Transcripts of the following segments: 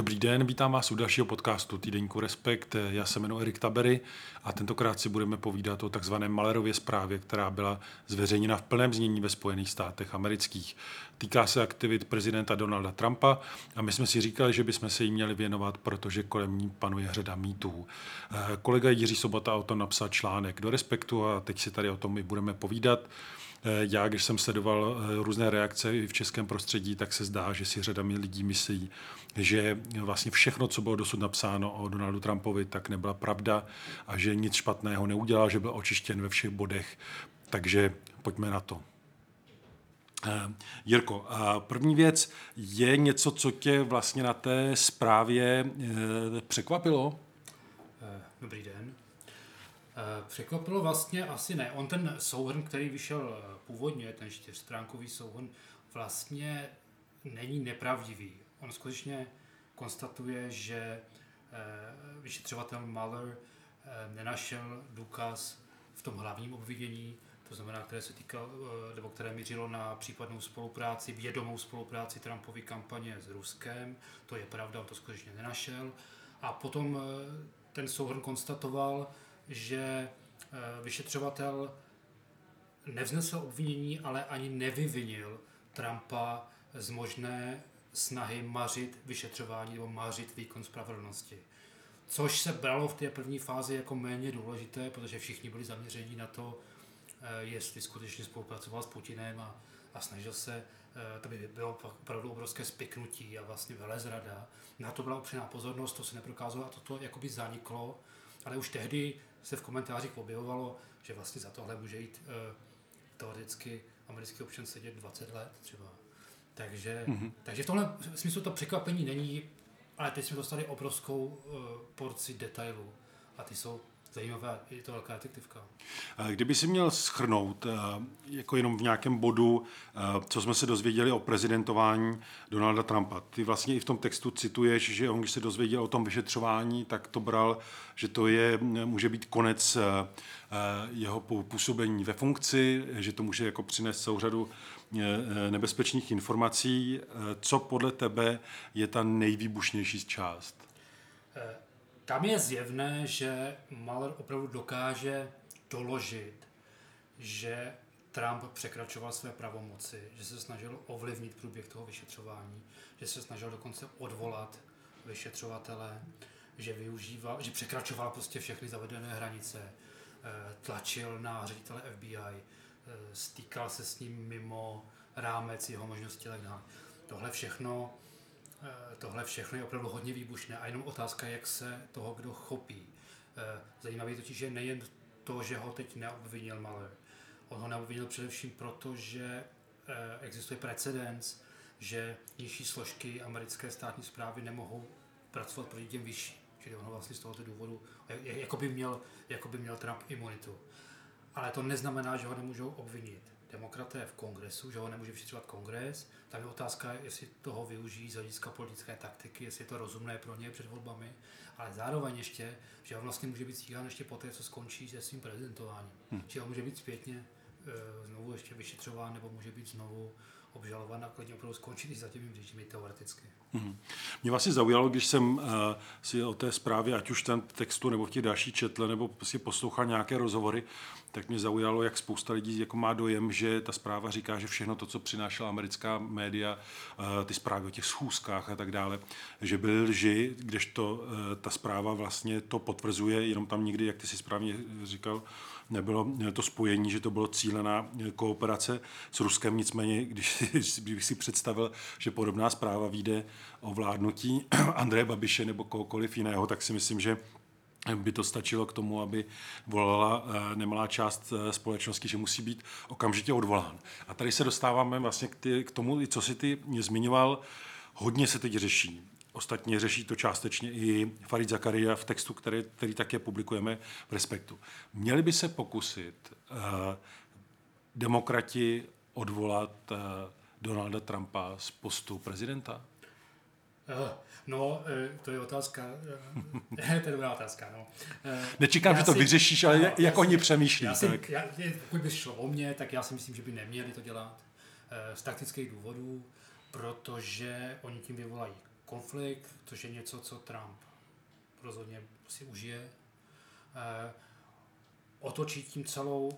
Dobrý den, vítám vás u dalšího podcastu týdeníku Respekt. Já se jmenuji Erik Tabery a tentokrát si budeme povídat o takzvané Muellerově zprávě, která byla zveřejněna v plném znění ve Spojených státech amerických. Týká se aktivit prezidenta Donalda Trumpa a my jsme si říkali, že bychom se jí měli věnovat, protože kolem ní panuje řada mýtů. Kolega Jiří Sobota o tom napsal článek do Respektu a teď si tady o tom i budeme povídat. Já, když jsem sledoval různé reakce i v českém prostředí, tak se zdá, že si řada lidí myslí, že vlastně všechno, co bylo dosud napsáno o Donaldu Trumpovi, tak nebyla pravda a že nic špatného neudělal, že byl očištěn ve všech bodech. Takže pojďme na to. Jirko, první věc je něco, co tě vlastně na té zprávě překvapilo? Dobrý den. Překvapilo vlastně asi ne. On ten souhrn, který vyšel původně, ten 4stránkový souhrn, vlastně není nepravdivý. On skutečně konstatuje, že vyšetřovatel Mueller nenašel důkaz v tom hlavním obvinění, to znamená, které se týkalo, nebo které mířilo na případnou spolupráci, vědomou spolupráci Trumpovy kampaně s Ruskem. To je pravda, on to skutečně nenašel. A potom ten souhrn konstatoval, že vyšetřovatel nevznesl obvinění, ale ani nevyvinil Trumpa z možné snahy mařit vyšetřování nebo mařit výkon spravedlnosti. Což se bralo v té první fázi jako méně důležité, protože všichni byli zaměření na to, jestli skutečně spolupracoval s Putinem a snažil se, to by bylo opravdu obrovské spiknutí a vlastně velezrada. Na to byla upřená pozornost, to se neprokázalo a toto jakoby zaniklo, ale už tehdy se v komentářích objevovalo, že vlastně za tohle může jít teoreticky americký občan sedět 20 let třeba. Takže v tomhle smyslu to překvapení není, ale teď jsme dostali obrovskou porci detailů a ty jsou zajímavé, je to velká detektivka. Kdyby si měl shrnout, jako jenom v nějakém bodu, co jsme se dozvěděli o prezidentování Donalda Trumpa. Ty vlastně i v tom textu cituješ, že on, když se dozvěděl o tom vyšetřování, tak to bral, že to může být konec jeho působení ve funkci, že to může jako přinést celou řadu nebezpečných informací. Co podle tebe je ta nejvýbušnější část? Tam je zjevné, že Mueller opravdu dokáže doložit, že Trump překračoval své pravomoci, že se snažil ovlivnit průběh toho vyšetřování, že se snažil dokonce odvolat vyšetřovatele, že překračoval prostě všechny zavedené hranice, tlačil na ředitele FBI, stýkal se s ním mimo rámec jeho možností a tak dále. Tohle všechno je opravdu hodně výbušné a jenom otázka, jak se toho kdo chopí. Zajímavé totiž je nejen to, že ho teď neobvinil Mueller. On ho neobvinil především proto, že existuje precedens, že nižší složky americké státní správy nemohou pracovat proti těm vyšší. Čili on ho vlastně z tohoto důvodu, jako by měl Trump imunitu. Ale to neznamená, že ho nemůžou obvinit demokraté v kongresu, že ho nemůže vyšetřovat kongres. Tam je otázka, jestli toho využijí z hlediska politické taktiky, jestli je to rozumné pro ně před volbami, ale zároveň ještě, že on vlastně může být stíhán ještě poté, co skončí se svým prezidentováním. Či on může být zpětně znovu ještě vyšetřován, nebo může být znovu obžalován a klidně opravdu skončit i za těmi blížími teoreticky. Mě vlastně zaujalo, když jsem si o té zprávě, ať už ten textu nebo v těch dalších četl, nebo si poslouchal nějaké rozhovory, tak mě zaujalo, jak spousta lidí jako má dojem, že ta zpráva říká, že všechno to, co přinášela americká média, ty zprávy o těch schůzkách a tak dále, že byly lži, kdežto ta zpráva vlastně to potvrzuje, jenom tam nikdy, jak ty si správně říkal, nebylo to spojení, že to bylo cílená kooperace s Ruskem, nicméně, když bych si představil, že podobná zpráva vyjde o vládnutí Andreje Babiše nebo kohokoliv jiného, tak si myslím, že by to stačilo k tomu, aby volala nemalá část společnosti, že musí být okamžitě odvolán. A tady se dostáváme vlastně k tomu, co si ty zmiňoval, hodně se teď řeší. Ostatně řeší to částečně i Fareed Zakaria v textu, který také publikujeme v Respektu. Měli by se pokusit demokrati odvolat Donalda Trumpa z postu prezidenta? To je otázka. To je dobrá otázka, no. Nečekám, že to vyřešíš, ale jak oni přemýšlí. Pokud by šlo o mě, tak já si myslím, že by neměli to dělat z taktických důvodů, protože oni tím vyvolají konflikt, což je něco, co Trump rozhodně si užije. Otočí tím celou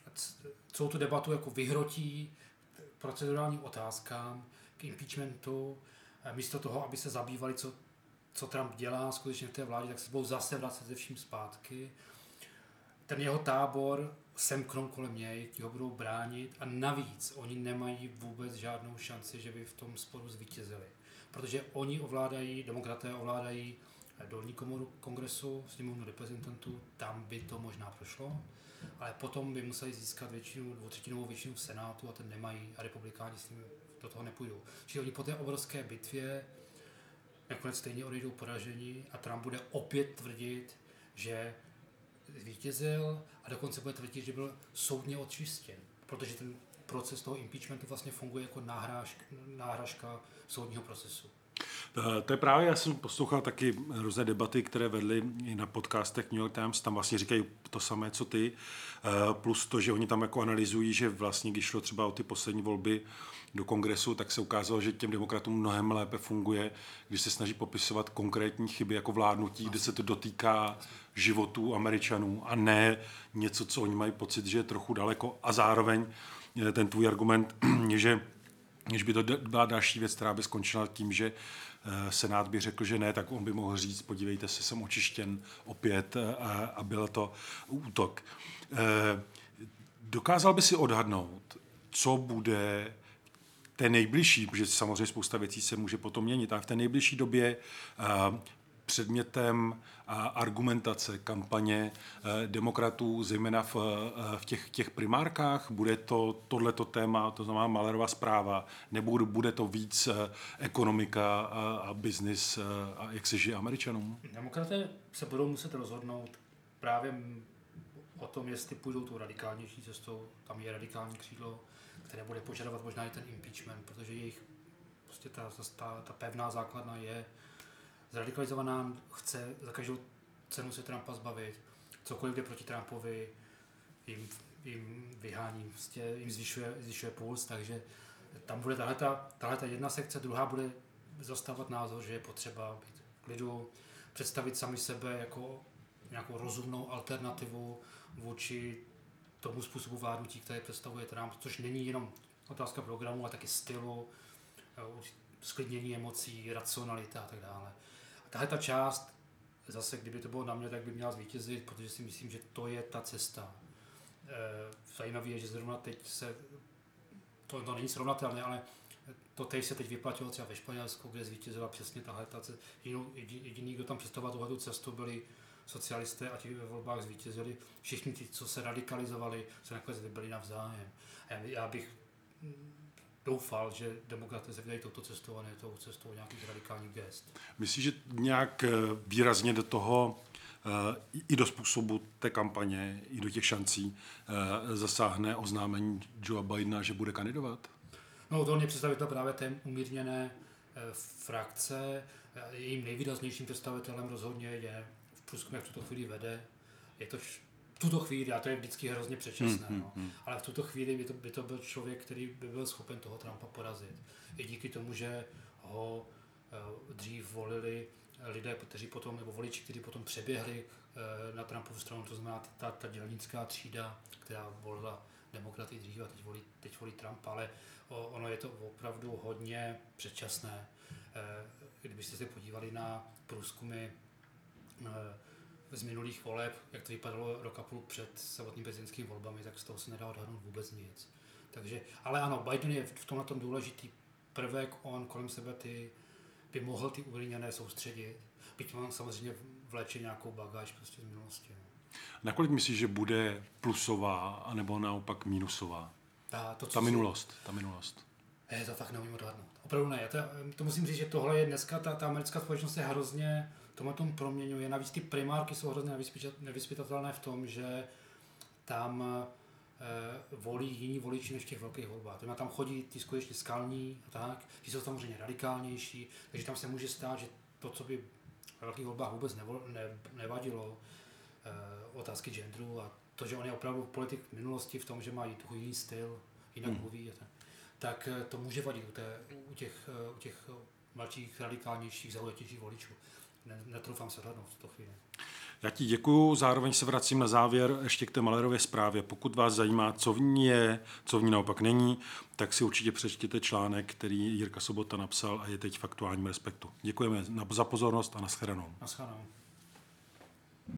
tu debatu, jako vyhrotí procedurálním otázkám k impeachmentu. Místo toho, aby se zabývali, co Trump dělá skutečně v té vládě, tak se budou zase vracet ze vším zpátky. Ten jeho tábor semknou kolem něj, ti ho budou bránit a navíc oni nemají vůbec žádnou šanci, že by v tom sporu zvítězili. Protože oni demokraté ovládají dolní komoru kongresu, sněmovnu reprezentantů, tam by to možná prošlo, ale potom by museli získat dvoutřetinovou většinu v Senátu a ten nemají a republikáni s ním do toho nepůjdou. Čili oni po té obrovské bitvě nakonec stejně odejdou poražení a Trump bude opět tvrdit, že zvítězil a dokonce bude tvrdit, že byl soudně očištěn, protože ten proces toho impeachmentu vlastně funguje jako náhražka soudního procesu. To je právě, já jsem poslouchal taky různé debaty, které vedly i na podcastech New York Times, tam vlastně říkají to samé, co ty, plus to, že oni tam jako analyzují, že vlastně, když šlo třeba o ty poslední volby do kongresu, tak se ukázalo, že těm demokratům mnohem lépe funguje, když se snaží popisovat konkrétní chyby jako vládnutí, kde se to dotýká životů Američanů a ne něco, co oni mají pocit, že je trochu daleko. A zároveň ten tvůj argument je, že když by to byla další věc, která by skončila tím, že Senát by řekl, že ne, tak on by mohl říct, podívejte se, jsem očištěn opět a byl to útok. Dokázal by si odhadnout, co bude té nejbližší, protože samozřejmě spousta věcí se může potom měnit, ale v té nejbližší době předmětem argumentace kampaně demokratů, zejména v těch primárkách, bude to tohleto téma, to znamená Muellerova zpráva, nebo bude to víc ekonomika a biznis a jak se žije Američanům? Demokraté se budou muset rozhodnout právě o tom, jestli půjdou tou radikálnější cestou, tam je radikální křídlo, které bude požadovat možná i ten impeachment, protože jejich prostě ta pevná základna je zradikalizovaná, chce za každou cenu se Trumpa zbavit, cokoliv jde proti Trumpovi, jim vyhání, prostě jim zvyšuje puls, takže tam bude tahleta jedna sekce, druhá bude zastávat názor, že je potřeba být v klidu, představit sami sebe jako nějakou rozumnou alternativu vůči tomu způsobu vládnutí, který představuje Trump, což není jenom otázka programu, ale taky stylu, sklidnění emocí, racionalita a tak dále. A tahle ta část, zase kdyby to bylo na mě, tak by měla zvítězit, protože si myslím, že to je ta cesta. Zajímavé je, že zrovna teď to není srovnatelné, ale to teď se vyplatilo třeba ve Španělsku, kde zvítězila přesně tahle ta cesta. Jediný, kdo tam představoval tuhletu cestu, byli socialisté a ti ve volbách zvítězili. Všichni ti, co se radikalizovali, se nakonec vybili navzájem. A já bych doufal, že demokraté se vydají touto cestou a ne tou cestou nějakých radikálních gest. Myslíš, že nějak výrazně do toho i do způsobu té kampaně, i do těch šancí zasáhne oznámení Joea Bidena, že bude kandidovat? No, to on je představitel právě té umírněné frakce. Jejím nejvýraznějším představitelem rozhodně je v průzkumech v tuto chvíli vede. Je to v tuto chvíli, a to je vždycky hrozně předčasné, ale v tuto chvíli by to byl člověk, který by byl schopen toho Trumpa porazit. I díky tomu, že ho dřív volili lidé, nebo voliči, kteří potom přeběhli na Trumpovu stranu, to znamená ta dělnická třída, která volila demokraty dřív a teď volí Trumpa, ale ono je to opravdu hodně předčasné. Kdybyste se podívali na průzkumy z minulých voleb, jak to vypadalo rok a půl před samotnými prezidentskými volbami, tak z toho se nedá odhadnout vůbec nic. Takže, ale ano, Biden je v tomhle tom důležitý prvek, on kolem sebe by mohl ty uvolněné soustředit, byť on samozřejmě vleče nějakou bagáž prostě z minulosti. Nakolik myslíš, že bude plusová, anebo naopak minusová? Ta minulost. To fakt neumím odhadnout. Opravdu ne. To musím říct, že tohle je dneska, ta americká společnost je hrozně tomhle tom proměňuje. Navíc ty primárky jsou hrozně nevyzpytatelné v tom, že tam volí jiní voliči než v těch velkých volbách. Tam chodí ty skutečně skalní a tak, ty jsou samozřejmě radikálnější, takže tam se může stát, že to, co by v velkých volbách vůbec nevadilo, otázky genderu a to, že on je opravdu politik v minulosti v tom, že má jiný styl, jinak mluví, tak to může vadit u těch mladších, radikálnějších, zaujatějších voličů. Netroufám se hlednout v to chvíli. Já ti děkuju, zároveň se vracím na závěr ještě k té Mahlerově zprávě. Pokud vás zajímá, co v ní je, co v ní naopak není, tak si určitě přečtěte článek, který Jirka Sobota napsal a je teď v Aktuálním Respektu. Děkujeme za pozornost a nashledanou. Nashledanou.